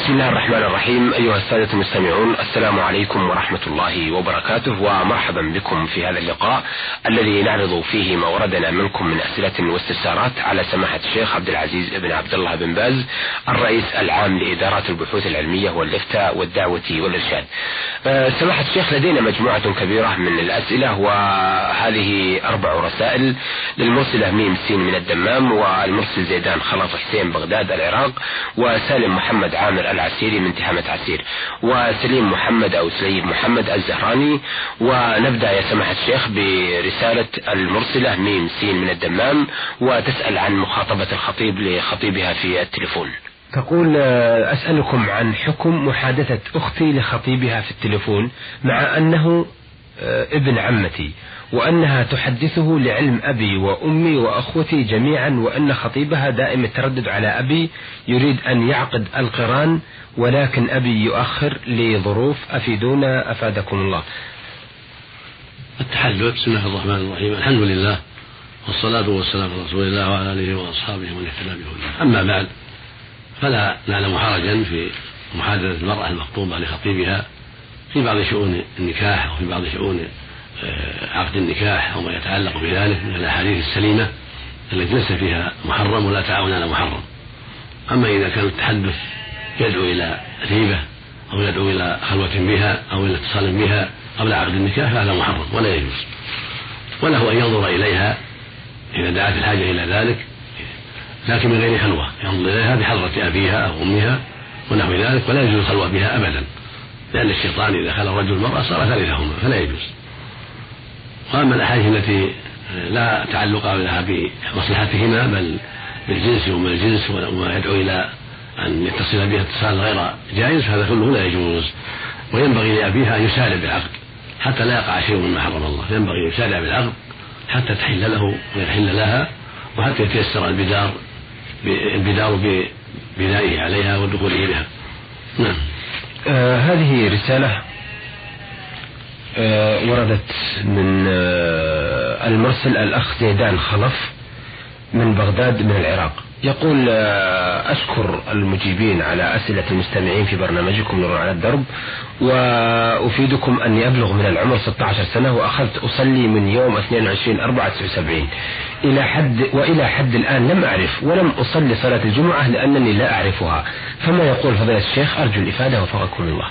بسم الله الرحمن الرحيم. أيها السادة المستمعون، السلام عليكم ورحمة الله وبركاته، ومرحبا بكم في هذا اللقاء الذي نعرض فيه ما وردنا منكم من أسئلة واستفسارات على سماحة الشيخ عبد العزيز بن عبد الله بن باز، الرئيس العام لإدارات البحوث العلمية والإفتاء والدعوة والإرشاد. سماحة الشيخ، لدينا مجموعة كبيرة من الأسئلة، وهذه 4 رسائل للمرسلة ميم سين من الدمام، والمرسل زيدان خلاص حسين بغداد العراق، وسالم محمد عامر العسيري من تهامة عسير، وسليم محمد أو سليم محمد الزهراني. ونبدأ يا سماحة الشيخ برسالة المرسلة ميم سين من الدمام، وتسأل عن مخاطبة الخطيب لخطيبها في التليفون. تقول: أسألكم عن حكم محادثة أختي لخطيبها في التليفون مع أنه ابن عمتي، وأنها تحدثه لعلم أبي وأمي وأخوتي جميعا، وأن خطيبها دائم التردد على أبي، يريد أن يعقد القران، ولكن أبي يؤخر لظروف. أفيدونا أفادكم الله. التحدث. بسم الله الرحمن الرحيم، الحمد لله والصلاة والسلام على رسول الله وعلى آله وأصحابه ومن اهتدى بهداه. أما بعد، فلا نعلم حرجا في محادثة المرأة المخطوبة لخطيبها في بعض شؤون النكاح أو في بعض شؤون عقد النكاح أو ما يتعلق بذلك من الأحاديث السليمة التي ليس فيها محرم ولا تعاون على محرم. أما إذا كان التحدث يدعو إلى غيبة أو يدعو إلى خلوة بها أو إلى اتصال بها قبل عقد النكاح فهذا محرم ولا يجوز، وله أن ينظر إليها إذا دعت الحاجة إلى ذلك، لكن من غير خلوة، ينظر إليها بحضرة أبيها أو أمها ونحو ذلك، ولا يجوز الخلوة بها أبدا، لأن الشيطان إذا خلى الرجل المرأة صار ثالثهما فلا يجوز. وأما الأحاديث التي لا تعلق لها بمصلحتهما بل بالجنس ومن الجنس وما يدعو إلى أن يتصل بها اتصال غير جائز فهذا كله لا يجوز. وينبغي لأبيها أن يسارع بالعقد حتى لا يقع شيء مما حرم الله، ينبغي أن يسارع بالعقد حتى تحل له ويحل لها، وحتى يتيسر البدار ببنائه عليها ودخوله بها. نعم. هذه رسالة وردت من المرسل الأخ زيدان خلف من بغداد من العراق. يقول: أشكر المجيبين على أسئلة المستمعين في برنامجكم نور على الدرب، وأفيدكم أني أبلغ من العمر 16 سنة، وأخذت أصلي من يوم 22/4/79 وإلى حد الآن لم أعرف ولم أصلي صلاة الجمعة لأنني لا أعرفها، فما يقول فضيلة الشيخ؟ أرجو الإفادة وفقكم الله.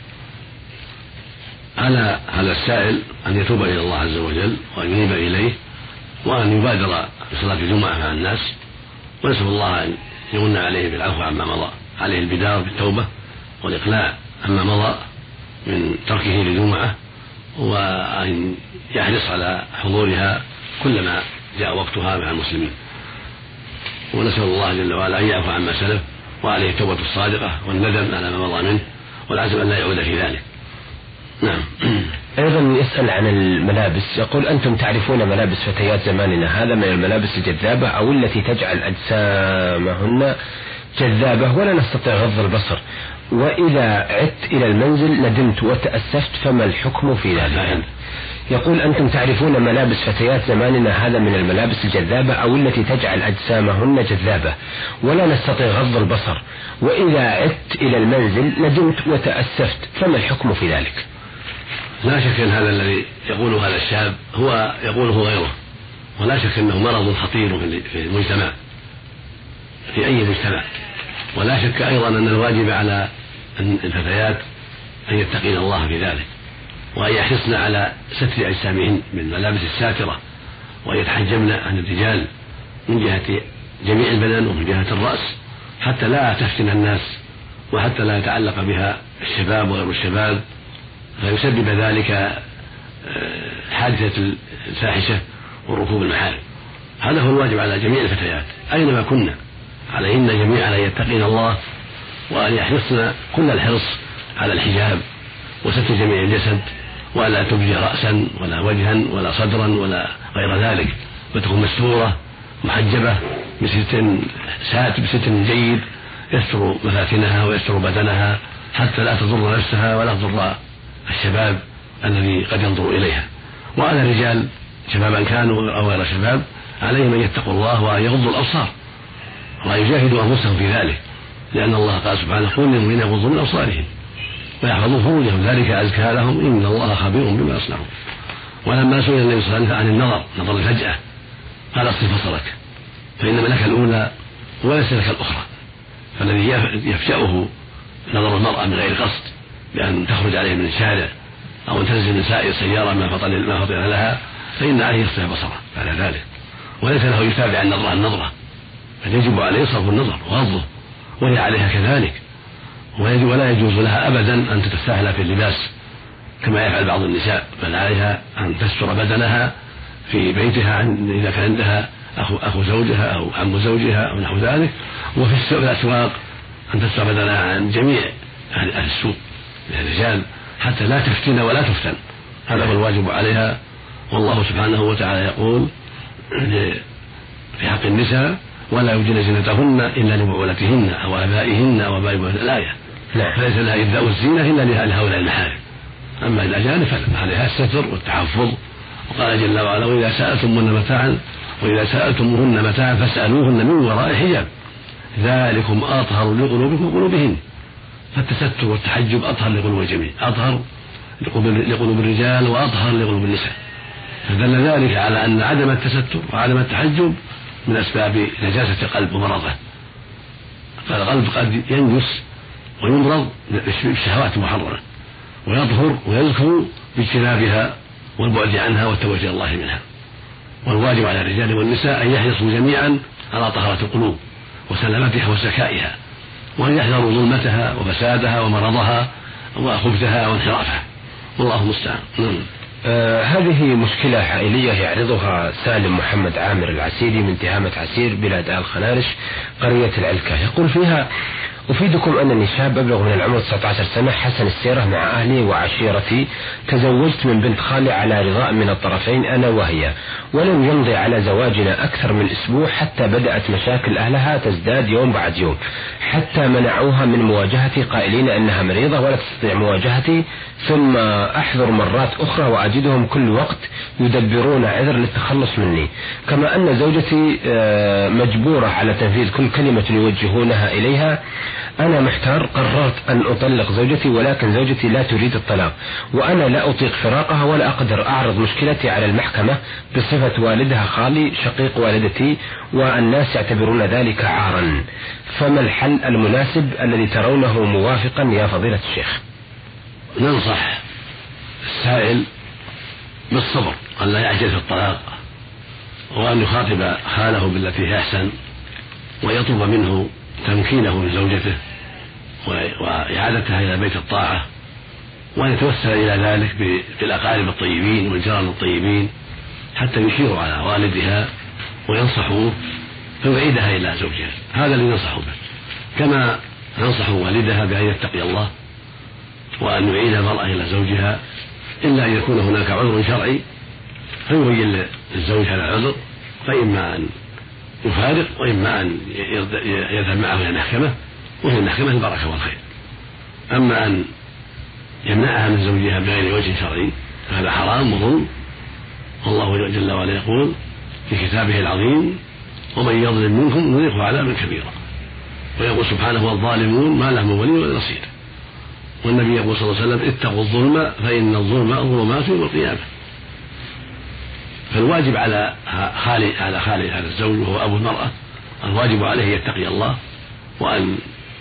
على هذا السائل أن يتوب إلى الله عز وجل وأن ينيب إليه وأن يبادر بصلاة الجمعة مع الناس، ونسأل الله أن يمن عليه بالعفو عما مضى، عليه البدار بالتوبة والإقلاع عما مضى من تركه للجمعة، وأن يحرص على حضورها كلما جاء وقتها مع المسلمين، ونسأل الله جل وعلا أن يعفو عما سلف، وعليه التوبة الصادقة والندم على ما مضى منه والعزم أن لا يعود في ذلك. نعم. أيضا يسأل عن الملابس، يقول: أنتم تعرفون ملابس فتيات زماننا هذا من الملابس الجذابة أو التي تجعل أجسامهن جذابة ولا نستطيع غض البصر، وإذا عدت إلى المنزل ندمت وتأسفت، فما الحكم في ذلك؟ يقول: أنتم تعرفون ملابس فتيات زماننا هذا من الملابس الجذابة أو التي تجعل أجسامهن جذابة ولا نستطيع غض البصر، وإذا عدت إلى المنزل ندمت وتأسفت، فما الحكم في ذلك؟ لا شك أن هذا الذي يقوله هذا الشاب هو يقوله غيره، ولا شك أنه مرض خطير في المجتمع، في أي مجتمع. ولا شك أيضا أن الواجب على الفتيات أن يتقين الله في ذلك، وأن يحرصن على ستر أجسامهن بالملابس الساترة، وأن يتحجبن عن الرجال من جهة جميع البدن ومن جهة الرأس حتى لا تفتن الناس، وحتى لا يتعلق بها الشباب وغير الشباب فيسبب ذلك حادثة الفاحشة وركوب المحارم. هذا هو الواجب على جميع الفتيات أينما كنا، عليهن جميعا أن يتقين الله وأن يحرصن كل الحرص على الحجاب وستر جميع الجسد، ولا تبدي رأسا ولا وجها ولا صدرا ولا غير ذلك، وتكون مستورة محجبة بستر جيد يستر مفاتنها ويستر بدنها حتى لا تضر نفسها ولا تضر الشباب الذي قد ينظر إليها. وعلى الرجال شبابا كانوا أو غير شباب عليهم أن يتقوا الله وأن يغضوا الأبصار وأن يجاهدوا أنفسهم في ذلك، لأن الله قال سبحانه قل للمؤمنين يغضوا من أبصارهم ويحفظوا فروجهم ذلك أزكى لهم إن الله خبير بما يصنعون. ولما سئل النبي صلى الله عليه وسلم عن النظر نظر الفجأة قال اصرف بصرك فإن لك الأولى وليس لك الأخرى. فالذي يفجأه نظر المرأة من غير قصد بأن تخرج عليه من الشارع أو أن تنزل من سيارة ما فطن لها فإن عليه يصرف بصره بعد ذلك، وليس له يتابع النظرة فيجب عليه صرف النظر وغضه، وهي عليها كذلك. ولا يجوز لها أبدا أن تتساهل في اللباس كما يفعل بعض النساء، بل عليها أن تستر بدنها في بيتها إذا كان عندها أخو زوجها أو عم زوجها أو نحو ذلك، وفي الأسواق أن تستر بدنها عن جميع أهل السوق من الرجال حتى لا تفتن ولا تفتن. هذا هو الواجب عليها. والله سبحانه وتعالى يقول في حق النساء ولا يبدين زينتهن إلا لبعولتهن أو آبائهن أو آباء الآية، فليس لها إبداء الزينة إلا لهؤلاء المحارم. أما الأجانب فعليها الستر والتحفظ. وقال جل وعلا وإذا سألتموهن متاعا فاسألوهن من وراء حجاب ذلكم أطهر لقلوبكم وقلوبهن. فالتستر والتحجب أطهر لقلوب الجميع، أطهر لقلوب الرجال وأطهر لقلوب النساء. فدل ذلك على أن عدم التستر وعدم التحجب من أسباب نجاسة القلب ومرضه. فالقلب قد ينجس ويمرض بالشهوات المحرمة ويطهر ويزكو باجتنابها والبعد عنها والتوجه إلى الله منها. والواجب على الرجال والنساء أن يحرصوا جميعا على طهارة القلوب وسلامتها وزكائها، وأن يحذروا ظلمتها وفسادها ومرضها وخبثها وانحرافها، والله المستعان. هذه مشكلة عائلية يعرضها سالم محمد عامر العسيري من تهامة عسير بلاد آل خنارش قرية العلكة. يقول فيها: أفيدكم أنني شاب أبلغ من العمر 19 سنة حسن السيرة مع أهلي وعشيرتي، تزوجت من بنت خالي على رضاء من الطرفين أنا وهي، ولم يمضي على زواجنا أكثر من أسبوع حتى بدأت مشاكل أهلها تزداد يوم بعد يوم، حتى منعوها من مواجهتي قائلين أنها مريضة ولا تستطيع مواجهتي. ثم أحضر مرات أخرى وأجدهم كل وقت يدبرون عذر للتخلص مني، كما أن زوجتي مجبورة على تنفيذ كل كلمة يوجهونها إليها. أنا محتار، قررت أن أطلق زوجتي ولكن زوجتي لا تريد الطلاق، وأنا لا أطيق فراقها ولا أقدر أعرض مشكلتي على المحكمة بصفة والدها خالي شقيق والدتي، والناس يعتبرون ذلك عارا. فما الحل المناسب الذي ترونه موافقا يا فضيلة الشيخ؟ ننصح السائل بالصبر، أن لا يعجل في الطلاق، وأن يخاطب خاله بالتي هي أحسن، ويطلب منه تمكينه من زوجته وإعادتها إلى بيت الطاعة، وأن يتوسل إلى ذلك بالأقارب الطيبين والجيران الطيبين حتى يشيروا على والدها وينصحوه فيعيدها إلى زوجها. هذا الذي ينصح به، كما ينصح والدها بأن يتقي الله وأن يعيد المرأة إلى زوجها، إلا أن يكون هناك عذر شرعي فيبين للزوج هذا العذر، فإما أن يفارق وإما أن يذهب معه إلى المحكمة، وفي المحكمة البركة والخير. أما أن يمنعها من زوجها بغير وجه شرعي فهذا حرام وظلم. والله جل وعلا يقول في كتابه العظيم: ومن يظلم منكم نذيقه عذابا كبيرا. ويقول سبحانه: والظالمون ما لهم ولي ولا نصير. والنبي يقول صلى الله عليه وسلم: اتقوا الظلم فإن الظلم ظلمات يوم القيامة. فالواجب على خالي هذا الزوج وهو أبو المرأة، الواجب عليه يتقي الله وأن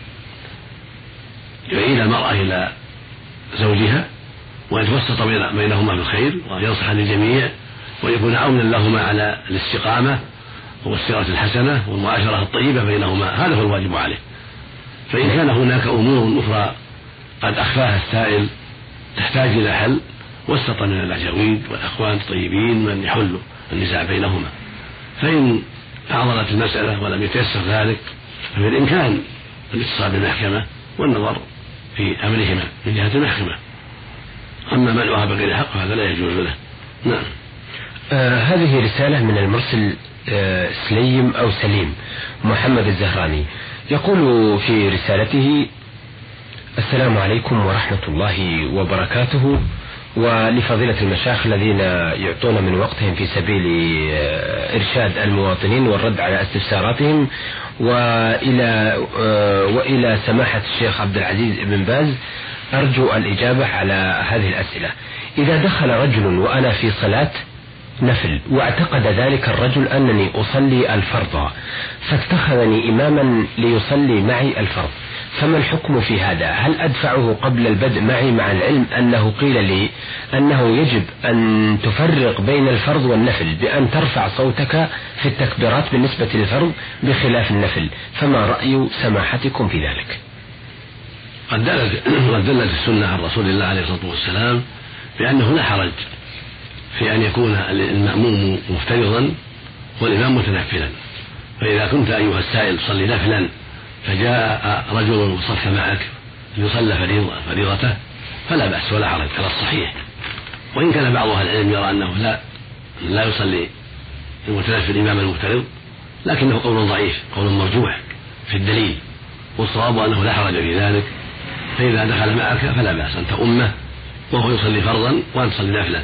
يعيد المرأة إلى زوجها، وأن يتوسط بينهما بالخير، وأن ينصح للجميع، ويكون عونا لهما على الاستقامة والسيرة الحسنة والمعاشرة الطيبة بينهما. هذا هو الواجب عليه. فإن كان هناك أمور أخرى قد أخفاها السائل تحتاج إلى حل، وسط من الأجاويد والأخوان الطيبين من يحل النزاع بينهما. فإن أعضلت المسألة ولم يتيسر ذلك ففي الإمكان الاتصال بالمحكمة والنظر في أمرهما من جهة المحكمة. أما منعها بغير حق هذا لا يجوز له. نعم. هذه رسالة من المرسل سليم أو سليم محمد الزهراني، يقول في رسالته: السلام عليكم ورحمة الله وبركاته، ولفضيلة المشايخ الذين يعطون من وقتهم في سبيل إرشاد المواطنين والرد على استفساراتهم، وإلى سماحة الشيخ عبد العزيز بن باز أرجو الإجابة على هذه الأسئلة. إذا دخل رجل وأنا في صلاة نفل واعتقد ذلك الرجل أنني أصلي الفرض فاتخذني إماما ليصلي معي الفرض، فما الحكم في هذا؟ هل أدفعه قبل البدء معي مع العلم أنه قيل لي أنه يجب أن تفرق بين الفرض والنفل بأن ترفع صوتك في التكبيرات بالنسبة للفرض بخلاف النفل، فما رأي سماحتكم في ذلك؟ قد دلت السنة عن رسول الله عليه الصلاة والسلام بأنه لا حرج في أن يكون المأموم مفترضا والإمام متنفلا. فإذا كنت أيها السائل تصلي نفلا فجاء رجل وصف معك ليصلى فريضته فلا بأس ولا حرج على الصحيح. وإن كان بعض أهل العلم يرى أنه لا يصلي المتنفل إمام المفترض، لكنه قول ضعيف، قول مرجوح في الدليل، والصواب أنه لا حرج في ذلك. فإذا دخل معك فلا بأس أن تؤمه وهو يصلي فرضا وأن تصلي نافلا،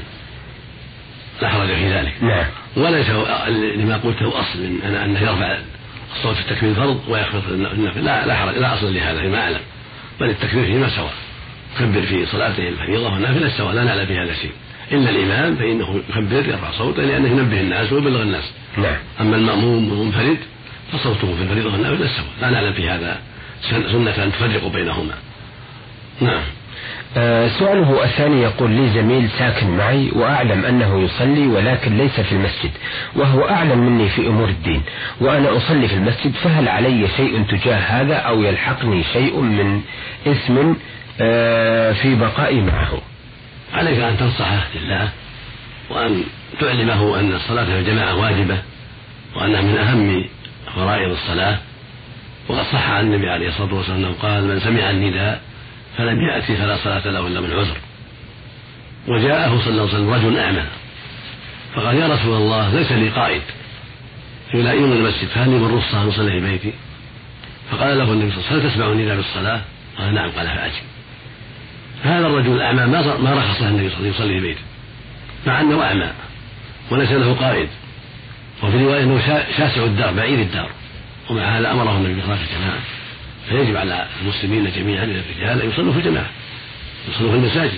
لا حرج في ذلك. نعم. وليس لما قلته أصل من أنه يرفع الصوت في التكبير فرض ويخفض النفل، لا حرج، لا أصل لهذا فيما أعلم، بل التكبير فيما سواء، كبر في صلاته الفريضة والنافلة سواء، لا نعلم في هذا شيء، إلا الإمام فإنه يكبر يرفع صوته لأنه ينبه الناس ويبلغ الناس. نعم. أما المأموم والمنفرد فصوته في الفريضة والنافلة سواء، لا نعلم في هذا سنة أن تفرقوا بينهما. نعم. سؤاله الثاني يقول: لي زميل ساكن معي وأعلم أنه يصلي ولكن ليس في المسجد، وهو أعلم مني في أمور الدين، وأنا أصلي في المسجد، فهل علي شيء تجاه هذا أو يلحقني شيء من إثم في بقائي معه؟ عليك أن تنصحه لله وأن تعلمه أن الصلاة في الجماعة واجبة وأنها من أهم فرائض الصلاة. وقد صح عن النبي عليه الصلاة والسلام أنه قال: من سمع النداء فلم يأتي فلا صلاة له إلا من عذر. وجاءه صلى الله عليه وسلم رجل أعمى فقال: يا رسول الله ليس لي قائد يلائمني المسجد، فهل لي من رخصة أن أصلي في بيتي؟ فقال له النبي صلى الله عليه وسلم: هل تسمع النداء بالصلاة؟ قال: نعم. قال: فأجب. هذا الرجل الأعمى ما رخص له النبي صلى الله عليه وسلم يصلي في بيته مع أنه أعمى وليس له قائد، وفي رواية أنه شاسع الدار بعيد الدار، ومع هذا أمره النبي بصلاة الجماعة. فيجب على المسلمين جميعا من الرجال أن يصلوا في الجماعة، يصلوا في المساجد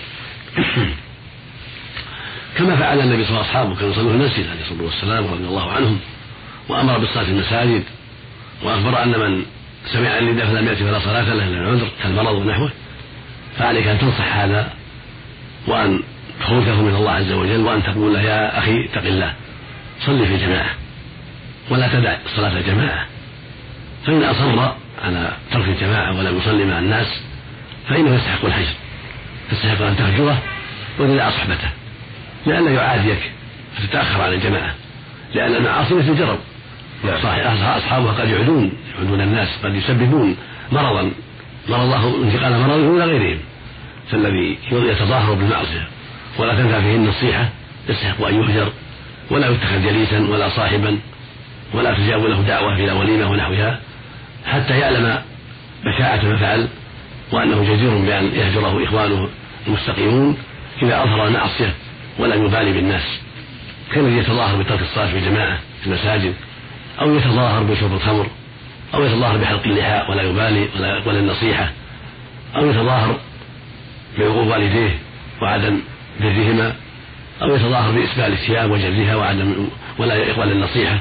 كما فعل النبي صلى الله عليه وسلم، أصحابه كانوا يصلوا في المسجد عليه الصلاة والسلام رضي الله عنهم، وأمر بالصلاة في المساجد، وأخبر أن من سمع النداء فلم يأتي فلا صلاة له إلا العذر كالمرض ونحوه. فعليك أن تنصح هذا وأن تخوفه من الله عز وجل، وأن تقول له: يا أخي اتق الله، صلي في الجماعة ولا تدع صلاة الجماعة، فإن أصر على ترك الجماعة ولم يصلي مع الناس فإنه يستحق الحجر، يستحق أن تهجره وتدع صحبته لئلا يعاديك فتتأخر عن الجماعة، لأن المعاصي مثل الجرب. أصحابها قد يعدون الناس، قد يسببون مرضا الله انتقال مرضه إلى غيرهم، فالذي يتظاهر بالمعصية ولا تنفع فيه النصيحة يستحق أن يهجر ولا يتخذ جليسا ولا صاحبا، ولا تجاب له دعوة إلى وليمة ونحوها حتى يعلم بشاعة ما فعل، وأنه جدير بأن يهجره إخوانه المستقيمون إذا أظهر المعصية ولم يبالي بالناس، كالذي يتظاهر بترك الصلاة في جماعة في المساجد، أو يتظاهر بشرب الخمر، أو يتظاهر بحلق اللحى ولا يبالي ولا يقبل النصيحة، أو يتظاهر بعقوق والديه وعدم برهما، أو يتظاهر بإسبال الثياب وجلدها ولا يقبل النصيحة،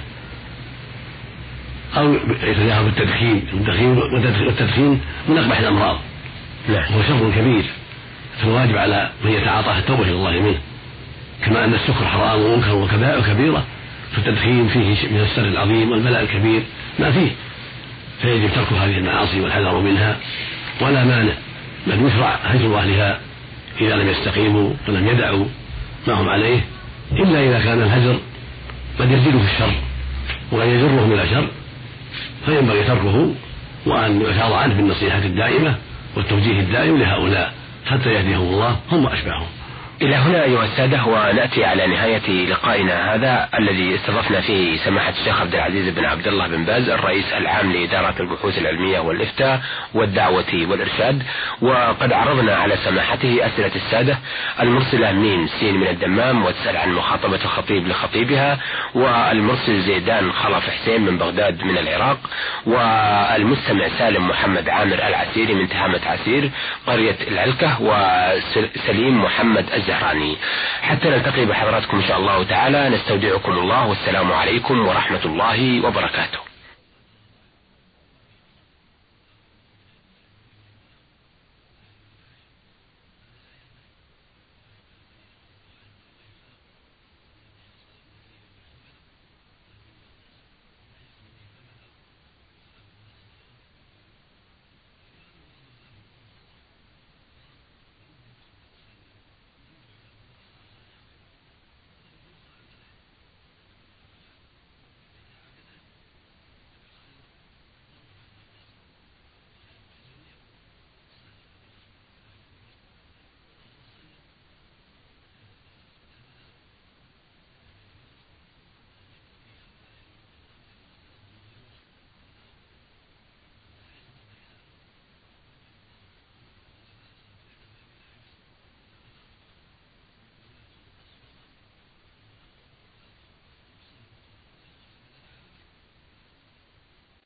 أو يتظاهر بالتدخين، والتدخين من أقبح الأمراض وهو شر كبير، فالواجب على من يتعاطاه التوبة إلى الله منه، كما أن السكر حرام ومنكر وكبيرة، فالتدخين فيه من السر العظيم والبلاء الكبير ما فيه، فيجب ترك هذه المعاصي والحذر منها، ولا مانع بل يشرع هجر أهلها إذا لم يستقيموا ولم يدعوا ما هم عليه، إلا إذا كان الهجر قد يزيد في الشر وقد يجرهم إلى شر، فينبغي تركه وأن يعتاض عنه بالنصيحة الدائمة والتوجيه الدائم لهؤلاء حتى يهديهم الله هم وأشباههم. إلى هنا أيها السادة ونأتي على نهاية لقائنا هذا الذي استضفنا فيه سماحة الشيخ عبد العزيز بن عبد الله بن باز الرئيس العام لإدارة البحوث العلمية والإفتاء والدعوة والإرشاد، وقد عرضنا على سماحته أسئلة السادة المرسلة ميم سين من الدمام وتسأل عن مخاطبة الخطيب لخطيبها، والمرسل زيدان خلف حسين من بغداد من العراق، والمستمع سالم محمد عامر العسيري من تهامة عسير قرية العلكة، وسليم محمد الزهراني. حتى نلتقي بحضراتكم إن شاء الله تعالى نستودعكم الله، والسلام عليكم ورحمة الله وبركاته.